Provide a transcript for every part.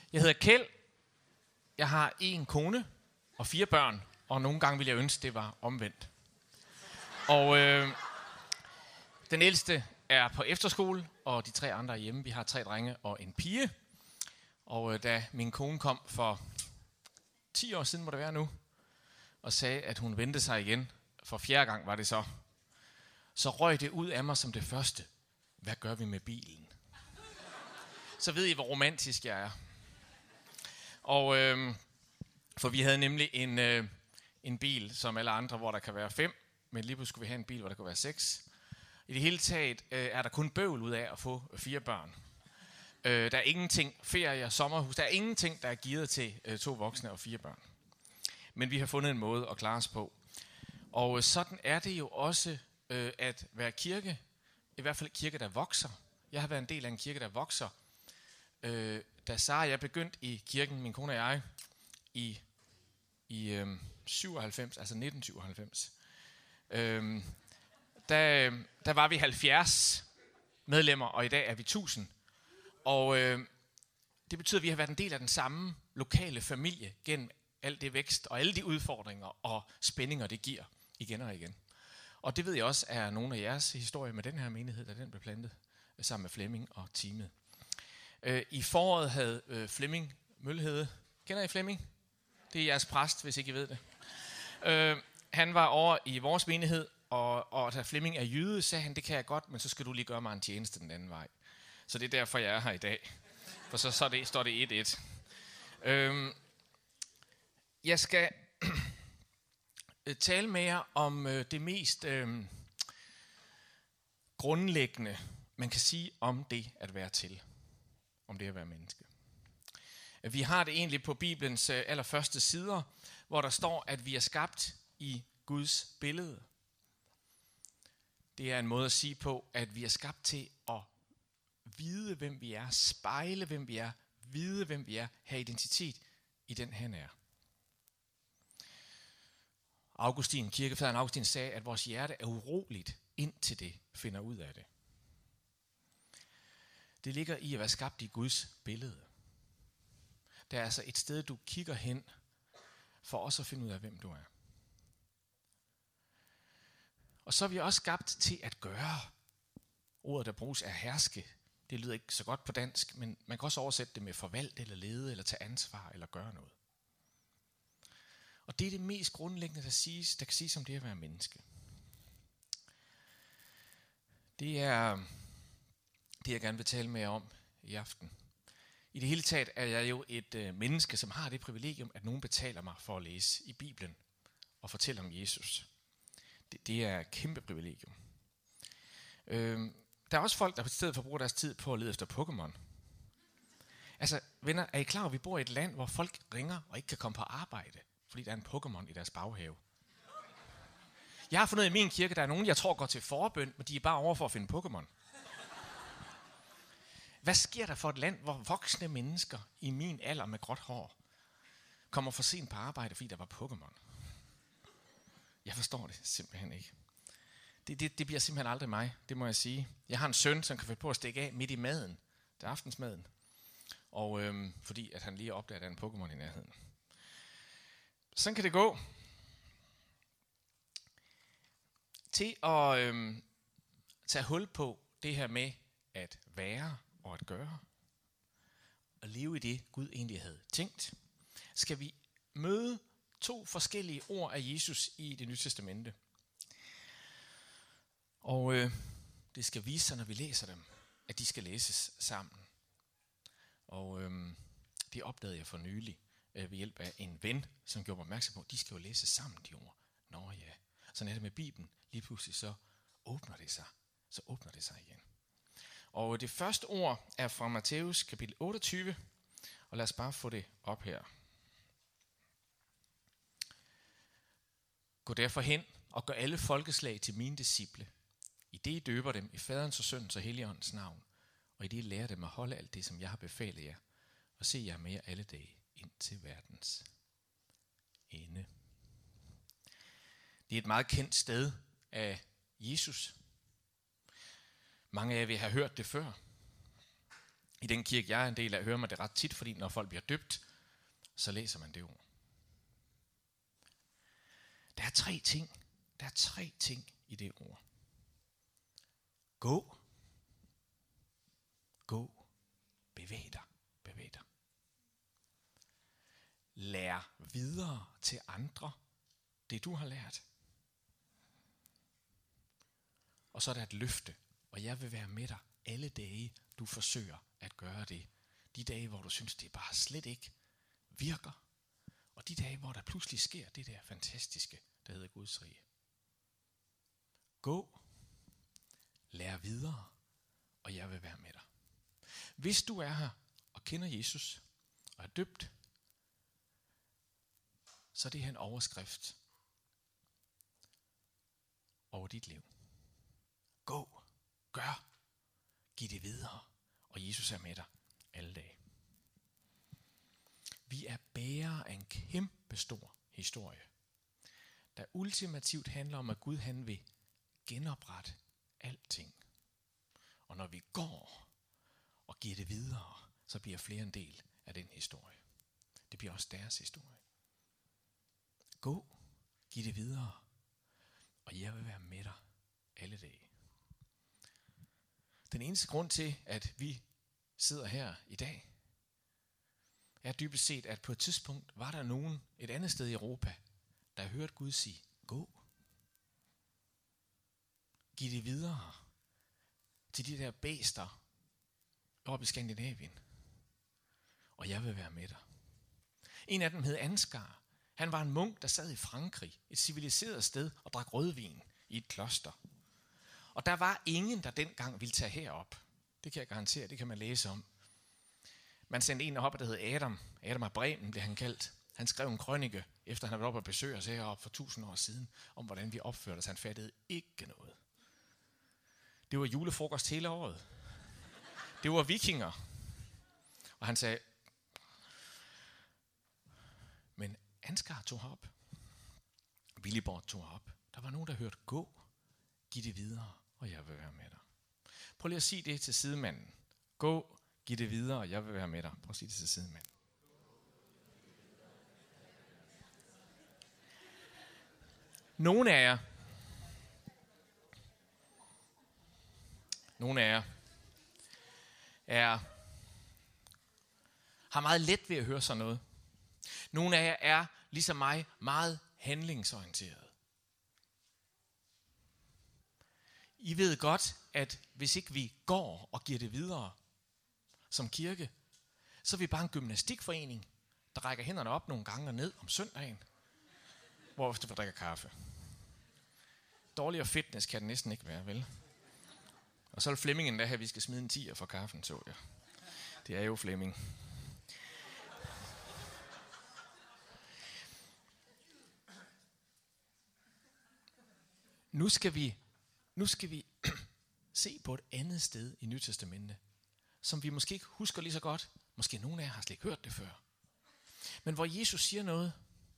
Jeg hedder Kjeld. Jeg har 1 kone og 4 børn, og nogle gange ville jeg ønske, det var omvendt. Og den ældste er på efterskole, og de 3 andre er hjemme. Vi har 3 drenge og en pige. Og da min kone kom for 10 år siden, må det være nu, og sagde, at hun ventede sig igen, for 4. gang var det så røg det ud af mig som det første. Hvad gør vi med bilen? Så ved I, hvor romantisk jeg er. Og for vi havde nemlig en bil, som alle andre, hvor der kan være 5, men lige pludselig skulle vi have en bil, hvor der kunne være 6. I det hele taget er der kun bøvl ud af at få 4 børn. Der er ingenting, ferie og sommerhus, der er ingenting, der er gearet til 2 voksne og 4 børn. Men vi har fundet en måde at klare os på. Og sådan er det jo også at være kirke, i hvert fald kirke, der vokser. Jeg har været en del af en kirke, der vokser. Da Sara og jeg begyndte i kirken, min kone og jeg, i 97, altså 1997, der var vi 70 medlemmer, og i dag er vi 1000. Og det betyder, at vi har været en del af den samme lokale familie gennem alt det vækst og alle de udfordringer og spændinger, det giver igen og igen. Og det ved jeg også er nogle af jeres historier med den her menighed, da den blev plantet sammen med Flemming og teamet. I foråret havde Flemming Mølhede, kender I Flemming? Det er jeres præst, hvis ikke I ved det. Han var over i vores menighed, og da Flemming er jyde, sagde han, det kan jeg godt, men så skal du lige gøre mig en tjeneste den anden vej. Så det er derfor, jeg er her i dag. For så står det 1-1. Jeg skal tale med jer om det mest grundlæggende, man kan sige om det at være til. Om det at være menneske. Vi har det egentlig på Bibelens allerførste sider, hvor der står, at vi er skabt i Guds billede. Det er en måde at sige på, at vi er skabt til at vide, hvem vi er, spejle, hvem vi er, vide, hvem vi er, have identitet i den han er. Kirkefaderen Augustin sagde, at vores hjerte er uroligt, indtil det finder ud af det. Det ligger i at være skabt i Guds billede. Der er altså et sted, du kigger hen, for også at finde ud af, hvem du er. Og så er vi også skabt til at gøre. Ordet, der bruges, er herske. Det lyder ikke så godt på dansk, men man kan også oversætte det med forvalte, eller lede, eller tage ansvar, eller gøre noget. Og det er det mest grundlæggende, der kan siges om det at være menneske. Det er det, jeg gerne vil tale med jer om i aften. I det hele taget er jeg jo et menneske, som har det privilegium, at nogen betaler mig for at læse i Bibelen og fortælle om Jesus. Det er et kæmpe privilegium. Der er også folk, der i stedet for bruger deres tid på at lede efter Pokémon. Altså, venner, er I klar over, at vi bor i et land, hvor folk ringer og ikke kan komme på arbejde, fordi der er en Pokémon i deres baghave? Jeg har fundet i min kirke, der er nogen, jeg tror går til forbøn, men de er bare over for at finde Pokémon. Hvad sker der for et land, hvor voksne mennesker i min alder med gråt hår kommer for sent på arbejde, fordi der var Pokémon? Jeg forstår det simpelthen ikke. Det bliver simpelthen aldrig mig, det må jeg sige. Jeg har en søn, som kan finde på at stikke af midt i maden. Det er aftensmaden. Og fordi at han lige opdager, at der er en Pokémon i nærheden. Sådan kan det gå. Til at tage hul på det her med at være og at gøre, og leve i det, Gud egentlig havde tænkt, skal vi møde 2 forskellige ord af Jesus i Det Nye Testamente. Og det skal vise sig, når vi læser dem, at de skal læses sammen. Og det opdagede jeg for nylig ved hjælp af en ven, som gjorde mig opmærksom på, at de skal jo læses sammen, de ord. Nå ja, sådan er det med Bibelen. Lige pludselig så åbner det sig igen. Og det første ord er fra Matthæus kapitel 28, og lad os bare få det op her. Gå derfor hen og gør alle folkeslag til mine disciple. I det I døber dem i faderens og søndens og helligåndens navn, og i det I lærer dem at holde alt det, som jeg har befalet jer, og se jer med jer alle dage ind til verdens ende. Det er et meget kendt sted af Jesus. Mange af jer vil have hørt det før. I den kirke, jeg er en del af, hører man det ret tit, fordi når folk bliver døbt, så læser man det ord. Der er tre ting i det ord. Gå. Bevæg dig. Lær videre til andre det, du har lært. Og så er der et løfte, og jeg vil være med dig alle dage, du forsøger at gøre det. De dage, hvor du synes, det bare slet ikke virker. Og de dage, hvor der pludselig sker det der fantastiske, der hedder Guds rige. Gå, lær videre, og jeg vil være med dig. Hvis du er her og kender Jesus og er døbt, så er det her en overskrift over dit liv. Gå, gør, giv det videre, og Jesus er med dig alle dage. Vi er bærere af en kæmpe stor historie, der ultimativt handler om, at Gud han vil genoprette alting. Og når vi går og giver det videre, så bliver flere en del af den historie. Det bliver også deres historie. Gå, giv det videre, og jeg vil være med dig alle dage. Den eneste grund til, at vi sidder her i dag, er dybest set, at på et tidspunkt var der nogen et andet sted i Europa, der hørte Gud sige, gå. Giv det videre til de der bæster oppe i Skandinavien, og jeg vil være med dig. En af dem hed Ansgar. Han var en munk, der sad i Frankrig, et civiliseret sted, og drak rødvin i et kloster. Og der var ingen, der dengang ville tage herop. Det kan jeg garantere, det kan man læse om. Man sendte en op, der hed Adam. Adam af Bremen blev han kaldt. Han skrev en krønike, efter han havde været oppe og besøge os heroppe for 1000 år siden, om hvordan vi opførte os. Han fattede ikke noget. Det var julefrokost hele året. Det var vikinger. Og han sagde, men Ansgar tog herop. Willibrord tog herop. Der var nogen, der hørte, gå, giv det videre, og jeg vil være med dig. Prøv lige at sige det til sidemanden. Gå, giv det videre, og jeg vil være med dig. Prøv at sige det til sidemanden. Nogle af jer har meget let ved at høre sådan noget. Nogle af jer er, ligesom mig, meget handlingsorienteret. I ved godt, at hvis ikke vi går og giver det videre som kirke, så er vi bare en gymnastikforening, der rækker hænderne op nogle gange og ned om søndagen, hvorefter vi drikker kaffe. Dårligere fitness kan det næsten ikke være, vel? Og så er Flemming endda her, at vi skal smide en 10'er for kaffen, så jeg. Det er jo Flemming. Nu skal vi se på et andet sted i Nye Testamente, som vi måske ikke husker lige så godt. Måske nogen af jer har slet ikke hørt det før. Men hvor Jesus siger noget,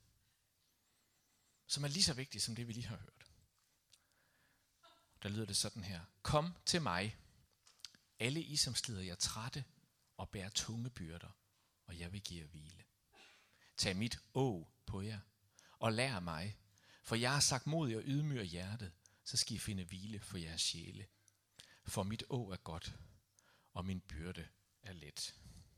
som er lige så vigtigt som det, vi lige har hørt. Der lyder det sådan her. Kom til mig, alle I, som slider jer trætte og bærer tunge byrder, og jeg vil give jer hvile. Tag mit åg på jer, og lær mig, for jeg har sagt mod jer ydmyg hjertet, så skal I finde hvile for jeres sjæle. For mit åg er godt, og min byrde er let.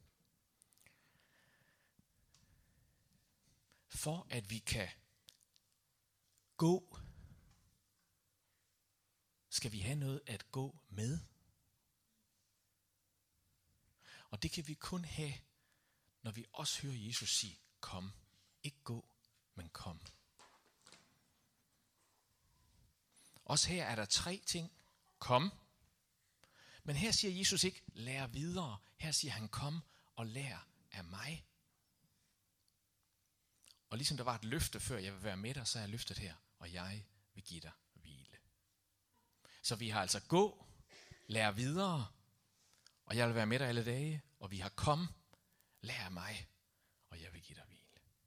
For at vi kan gå, skal vi have noget at gå med. Og det kan vi kun have, når vi også hører Jesus sige, kom. Ikke gå, men kom. Også her er der 3 ting. Kom. Men her siger Jesus ikke, lær videre. Her siger han, kom og lær af mig. Og ligesom der var et løfte før, jeg vil være med dig, så er løftet her, og jeg vil give dig hvile. Så vi har altså gå, lær videre, og jeg vil være med dig alle dage, og vi har kom, lær af mig, og jeg vil give dig hvile.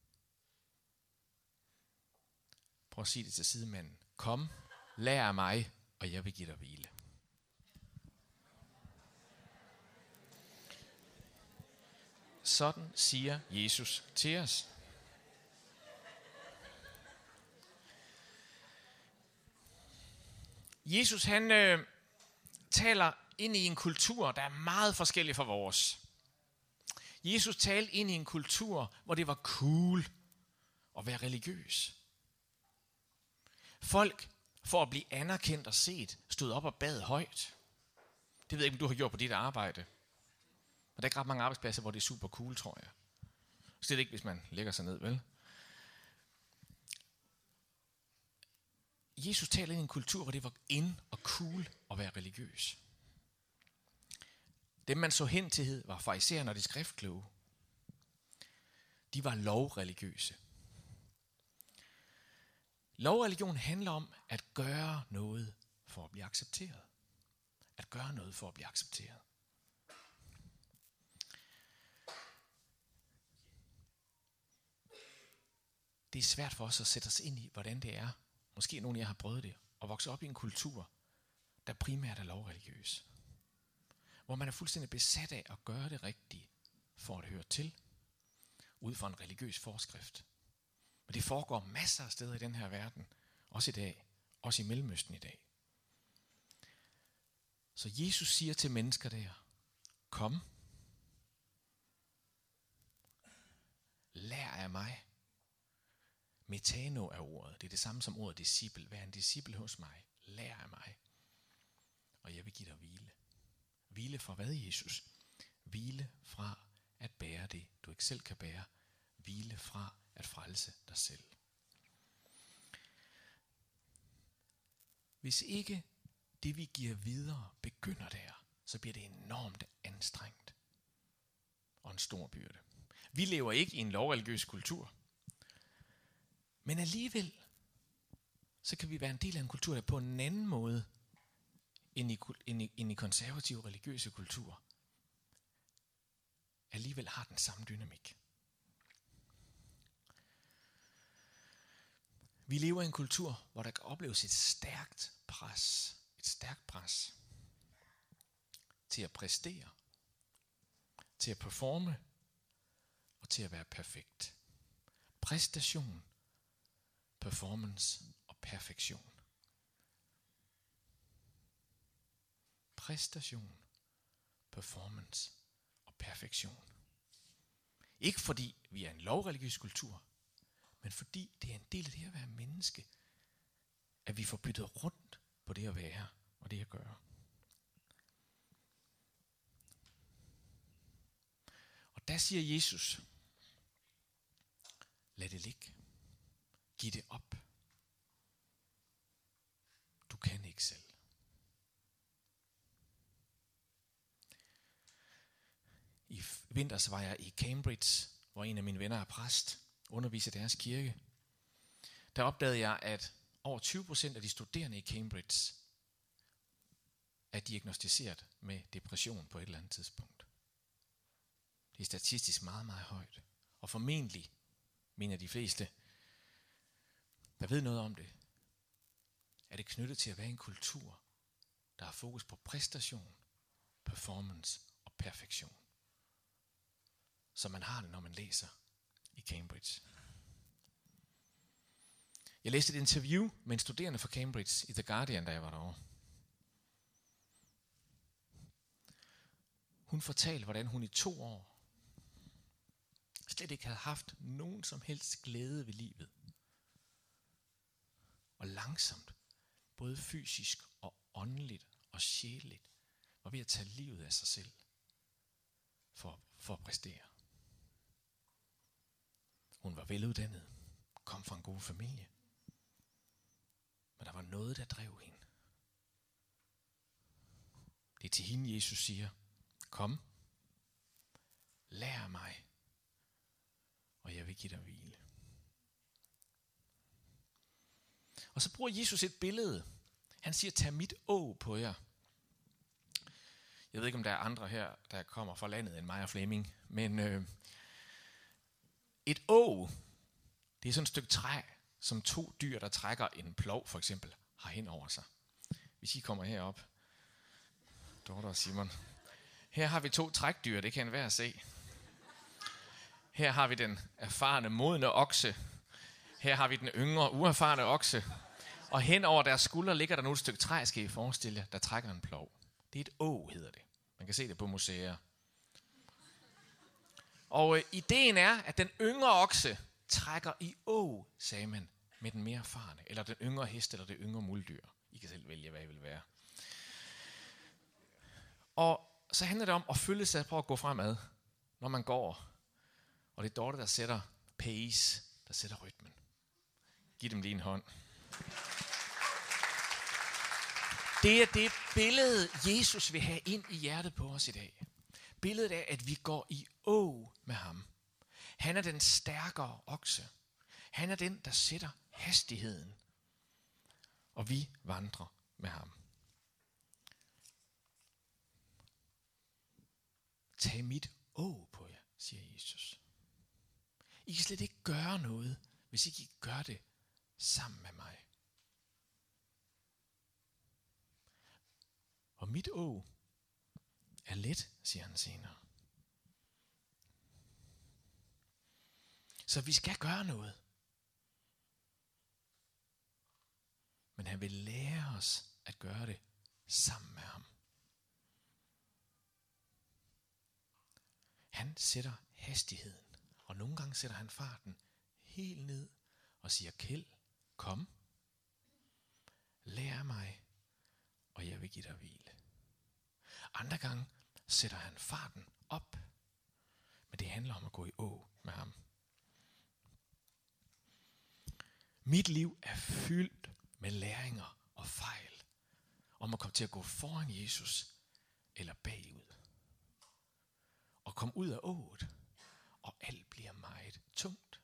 Prøv at sige det til sidemanden. Kom, lær af mig, og jeg vil give dig hvile. sådan siger Jesus til os. Jesus han taler ind i en kultur, der er meget forskellig fra vores. Jesus talte ind i en kultur, hvor det var cool at være religiøs. Folk, for at blive anerkendt og set, stod op og bad højt. Det ved jeg ikke, om du har gjort på dit arbejde. Og der er ikke ret mange arbejdspladser, hvor det er super cool, tror jeg. Slet ikke, hvis man lægger sig ned, vel? Jesus taler ind i en kultur, hvor det var in og cool at være religiøs. Dem, man så hen til, var farisæerne og de skriftkloge. De var lovreligiøse. Lovreligion handler om at gøre noget for at blive accepteret. At gøre noget for at blive accepteret. Det er svært for os at sætte os ind i, hvordan det er. Måske nogle af jer har prøvet det. At vokse op i en kultur, der primært er lovreligiøs. Hvor man er fuldstændig besat af at gøre det rigtige for at høre til. Ud fra en religiøs forskrift. Men det foregår masser af steder i den her verden. Også i dag. Også i Mellemøsten i dag. Så Jesus siger til mennesker der, kom, lær af mig. Metano er ordet. Det er det samme som ordet disciple. Vær en disciple hos mig. Lær af mig. Og jeg vil give dig hvile. Hvile fra hvad, Jesus? Hvile fra at bære det, du ikke selv kan bære. Hvile fra at frelse dig selv. Hvis ikke det, vi giver videre, begynder der, så bliver det enormt anstrengt og en stor byrde. Vi lever ikke i en lovreligiøs kultur. Men alligevel, så kan vi være en del af en kultur, der på en anden måde end i konservative religiøse kultur, alligevel har den samme dynamik. Vi lever i en kultur, hvor der kan opleves et stærkt pres til at præstere, til at performe og til at være perfekt. Præstation, performance og perfektion. Præstation, performance og perfektion. Ikke fordi vi er en lovreligiøs kultur, men fordi det er en del af det at være menneske, at vi får byttet rundt på det at være og det at gøre. Og der siger Jesus, lad det ligge. Giv det op. Du kan ikke selv. I vinters var jeg i Cambridge, hvor en af mine venner er præst, underviser i deres kirke. Der opdagede jeg, at over 20% af de studerende i Cambridge er diagnosticeret med depression på et eller andet tidspunkt. Det er statistisk meget, meget højt. Og formentlig, mener de fleste, der ved noget om det, er det knyttet til at være en kultur, der har fokus på præstation, performance og perfektion. Som man har det, når man læser i Cambridge. Jeg læste et interview med en studerende fra Cambridge i The Guardian, da jeg var derovre. Hun fortalte, hvordan hun i 2 år slet ikke havde haft nogen som helst glæde ved livet. Og langsomt, både fysisk og åndeligt og sjæleligt, var ved at tage livet af sig selv for at præstere. Hun var veluddannet, kom fra en god familie. Men der var noget, der drev hende. Det er til hende, Jesus siger, kom, lær af mig, og jeg vil give dig hvile. Og så bruger Jesus et billede. Han siger, tag mit åg på jer. Jeg ved ikke, om der er andre her, der kommer fra landet end mig og Flemming, men et åg, det er sådan et stykke træ, som 2 dyr, der trækker en plov for eksempel, har hen over sig. Hvis I kommer herop, Dorte og Simon. Her har vi 2 trækdyr, det kan enhver se. Her har vi den erfarne, modne okse. Her har vi den yngre, uerfarne okse. Og hen over deres skuldre ligger der nu et stykke træ, skal I forestille jer, der trækker en plov. Det er et åg, hedder det. Man kan se det på museer. Og ideen er, at den yngre okse trækker i åg, sagde man, med den mere erfarne. Eller den yngre hest, eller det yngre muldyr. I kan selv vælge, hvad I vil være. Og så handler det om at følge sig på at gå fremad, når man går. Og det er Dorte, der sætter pace, der sætter rytmen. Giv dem lige en hånd. Det er det billede, Jesus vil have ind i hjertet på os i dag. Billedet er, at vi går i åg med ham. Han er den stærkere okse. Han er den, der sætter hastigheden. Og vi vandrer med ham. Tag mit åg på jer, siger Jesus. I kan slet ikke gøre noget, hvis ikke I gør det sammen med mig. Og mit åg er let, siger han senere. Så vi skal gøre noget. Men han vil lære os at gøre det sammen med ham. Han sætter hastigheden, og nogle gange sætter han farten helt ned og siger, Kjeld, kom, lær mig, og jeg vil give dig hvile. Andre gange sætter han farten op, men det handler om at gå i åg med ham. Mit liv er fyldt med læringer og fejl, om at komme til at gå foran Jesus eller bagud. Og komme ud af åget, og alt bliver meget tungt.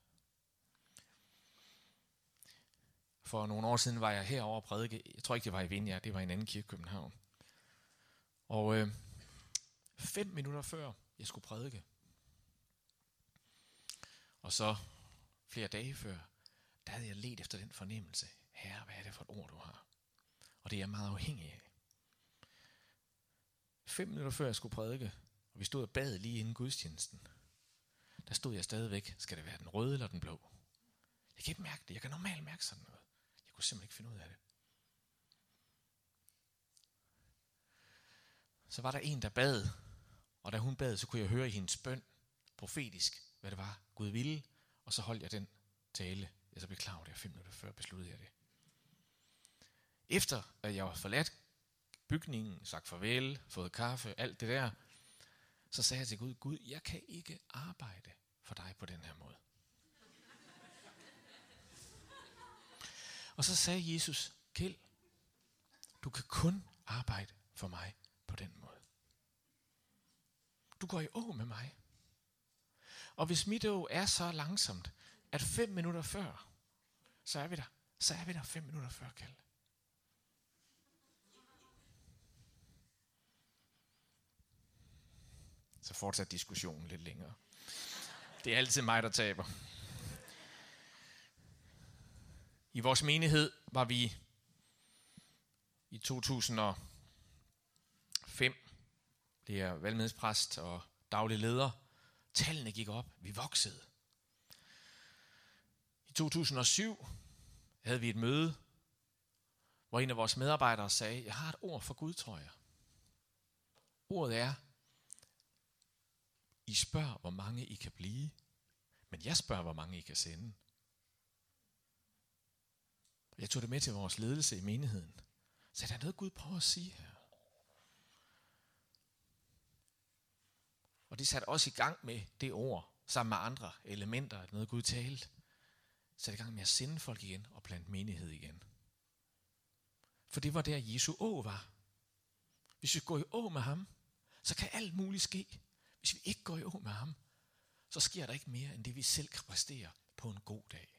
For nogle år siden var jeg herovre og prædike. Jeg tror ikke, det var i Vinja, det var i en anden kirke i København. Og 5 minutter før jeg skulle prædike, og så flere dage før, der havde jeg ledt efter den fornemmelse. Herre, hvad er det for et ord, du har? Og det er jeg meget afhængig af. 5 minutter før jeg skulle prædike, og vi stod og bad lige inden gudstjenesten, der stod jeg stadigvæk, skal det være den røde eller den blå? Jeg kan ikke mærke det. Jeg kan normalt mærke sådan noget. Jeg kunne simpelthen ikke finde ud af det. Så var der en, der bad, og da hun bad, så kunne jeg høre i hendes bøn, profetisk, hvad det var, Gud ville, og så holdt jeg den tale. Jeg så blev klar over det, 5 minutter før besluttede jeg det. Efter at jeg var forladt bygningen, sagt farvel, fået kaffe, alt det der, så sagde jeg til Gud, Gud, jeg kan ikke arbejde for dig på den her måde. Og så sagde Jesus, Kjeld, du kan kun arbejde for mig på den måde. Du går i åg med mig. Og hvis mit åg er så langsomt, at 5 minutter før, så er vi der. Så er vi der 5 minutter før, Kjeld. Så fortsat diskussionen lidt længere. Det er altid mig, der taber. I vores menighed var vi i 2005, det er valgmedspræst og daglig leder. Tallene gik op, vi voksede. I 2007 havde vi et møde, hvor en af vores medarbejdere sagde, jeg har et ord for Gud, tror jeg. Ordet er, I spørger, hvor mange I kan blive, men jeg spørger, hvor mange I kan sende. Jeg tog det med til vores ledelse i menigheden. Så der er noget Gud prøver at sige her. Og det satte også i gang med det ord, sammen med andre elementer, at noget Gud talte. Satte i gang med at sende folk igen og plante menighed igen. For det var der Jesu åg var. Hvis vi går i åg med ham, så kan alt muligt ske. Hvis vi ikke går i åg med ham, så sker der ikke mere, end det vi selv kan præstere på en god dag.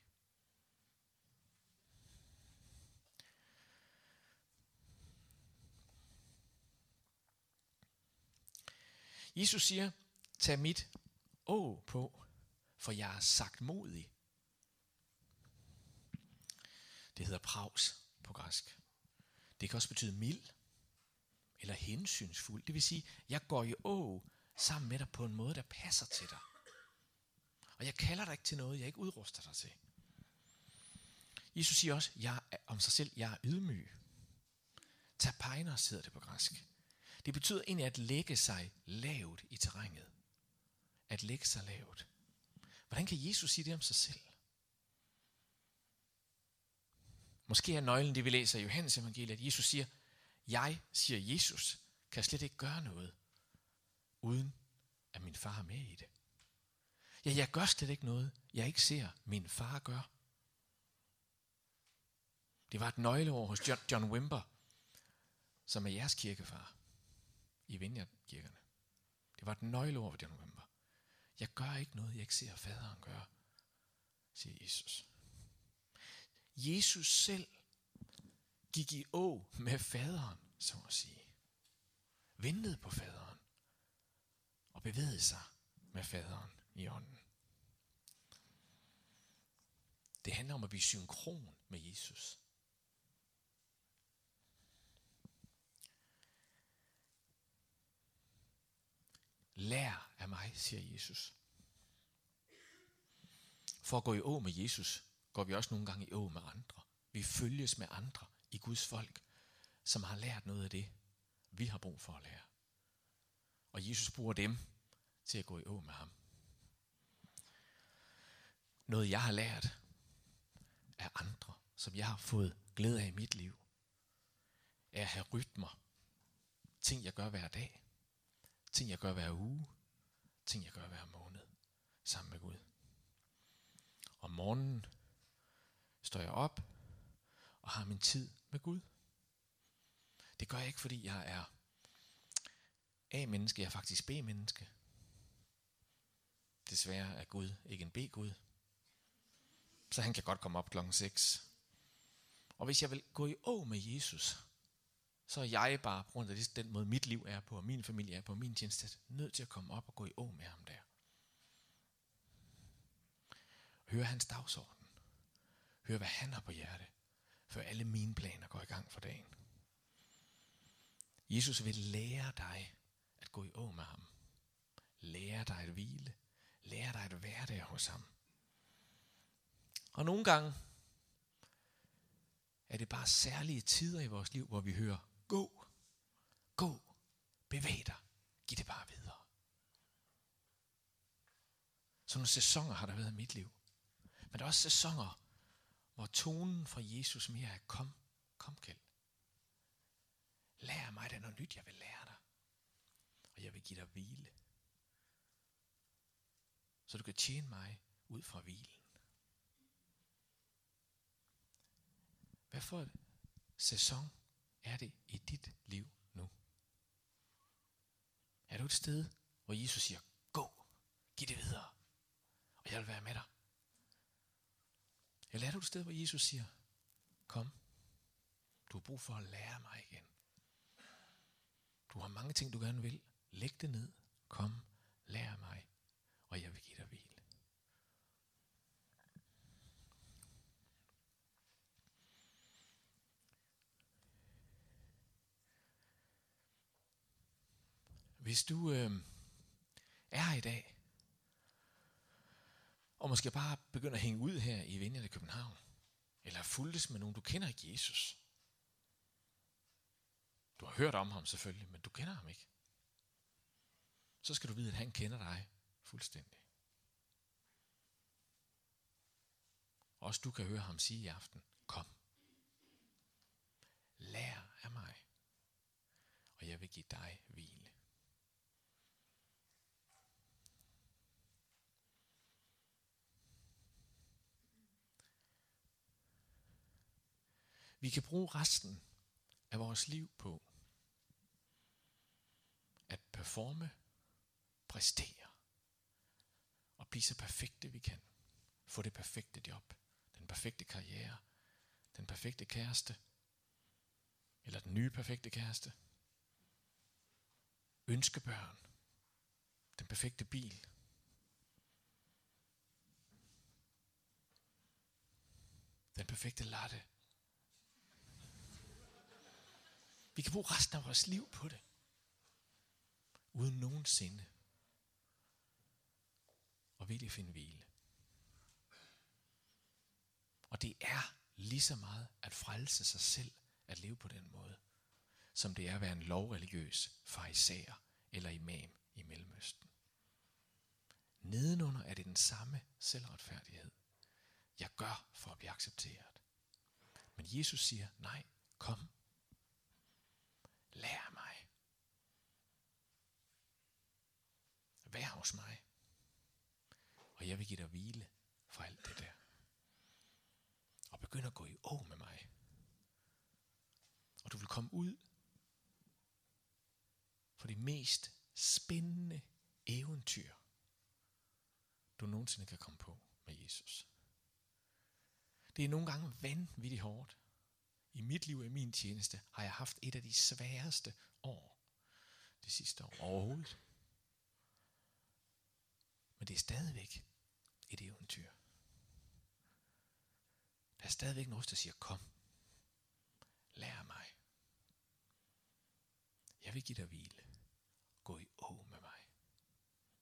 Jesus siger, tag mit åg på, for jeg er sagtmodig. Det hedder praus på græsk. Det kan også betyde mild eller hensynsfuld. Det vil sige, jeg går i åg sammen med dig på en måde, der passer til dig. Og jeg kalder dig ikke til noget, jeg ikke udruster dig til. Jesus siger også om sig selv, jeg er ydmyg. Tapeinos hedder det på græsk. Det betyder egentlig at lægge sig lavt i terrænet. At lægge sig lavt. Hvordan kan Jesus sige det om sig selv? Måske er nøglen det, vi læser i Johannes evangeliet, at Jesus siger, jeg, siger Jesus, kan slet ikke gøre noget, uden at min far er med i det. Ja, jeg gør slet ikke noget, jeg ikke ser, min far gør. Det var et nøgleord hos John Wimber, som er jeres kirkefar i Vineyard-kirkerne. Det var et nøgleord hos John Wimber. Jeg gør ikke noget, jeg ikke ser faderen gøre, siger Jesus. Jesus selv gik i å med faderen, så at sige. Ventede på faderen og bevægede sig med faderen i ånden. Det handler om at blive synkron med Jesus. Lær af mig, siger Jesus. For at gå i å med Jesus, går vi også nogle gange i å med andre. Vi følges med andre i Guds folk, som har lært noget af det, vi har brug for at lære. Og Jesus bruger dem til at gå i å med ham. Noget jeg har lært af andre, som jeg har fået glæde af i mit liv, er at have rytmer. Ting jeg gør hver dag. Ting jeg gør hver uge. Ting jeg gør hver måned. Sammen med Gud. Om morgenen står jeg op og har min tid med Gud. Det gør jeg ikke, fordi jeg er A-menneske, jeg er faktisk B-menneske. Desværre er Gud ikke en B-Gud. Så han kan godt komme op 6:00. Og hvis jeg vil gå i å med Jesus, så er jeg bare, på grund af den måde mit liv er på, og min familie er på, min tjeneste, nødt til at komme op og gå i å med ham der. Høre hans dagsorden. Høre, hvad han har på hjerte, før alle mine planer går i gang for dagen. Jesus vil lære dig at gå i å med ham. Lære dig at hvile. Lære dig at være der hos ham. Og nogle gange er det bare særlige tider i vores liv, hvor vi hører, gå, bevæg dig, giv det bare videre. Så nogle sæsoner har der været i mit liv. Men der er også sæsoner, hvor tonen fra Jesus mere er, kom Kjeld. Lær mig, der er noget nyt, jeg vil lære dig. Og jeg vil give dig hvile. Så du kan tjene mig ud fra hvilen. Hvad for en sæson er det i dit liv nu? Er du et sted, hvor Jesus siger, gå, giv det videre, og jeg vil være med dig? Eller er du et sted, hvor Jesus siger, kom, du har brug for at lære mig igen. Du har mange ting, du gerne vil. Læg det ned, kom, lær mig, og jeg vil give dig hvile. Hvis du er her i dag, og måske bare begynder at hænge ud her i Vineyard i København, eller fulgtes med nogen, du kender ikke Jesus. Du har hørt om ham selvfølgelig, men du kender ham ikke. Så skal du vide, at han kender dig fuldstændig. Også du kan høre ham sige i aften, kom. Lær af mig, og jeg vil give dig hvile. Vi kan bruge resten af vores liv på at performe, præstere og blive så perfekte vi kan. Få det perfekte job, den perfekte karriere, den perfekte kæreste, eller den nye perfekte kæreste, ønskebørn, den perfekte bil, den perfekte latte. Vi kan bruge resten af vores liv på det, uden nogensinde at virkelig finde hvile. Og det er lige så meget at frelse sig selv, at leve på den måde, som det er at være en lovreligiøs farisæer eller imam i Mellemøsten. Nedenunder er det den samme selvretfærdighed. Jeg gør for at blive accepteret. Men Jesus siger, nej, kom. Lær mig. Vær hos mig. Og jeg vil give dig hvile fra alt det der. Og begynde at gå i å med mig. Og du vil komme ud for det mest spændende eventyr, du nogensinde kan komme på med Jesus. Det er nogle gange vanvittigt hårdt. I mit liv og i min tjeneste har jeg haft et af de sværeste år det sidste år overhovedet. Men det er stadigvæk et eventyr. Der er stadigvæk noget, der siger, kom, lær mig. Jeg vil give dig hvile.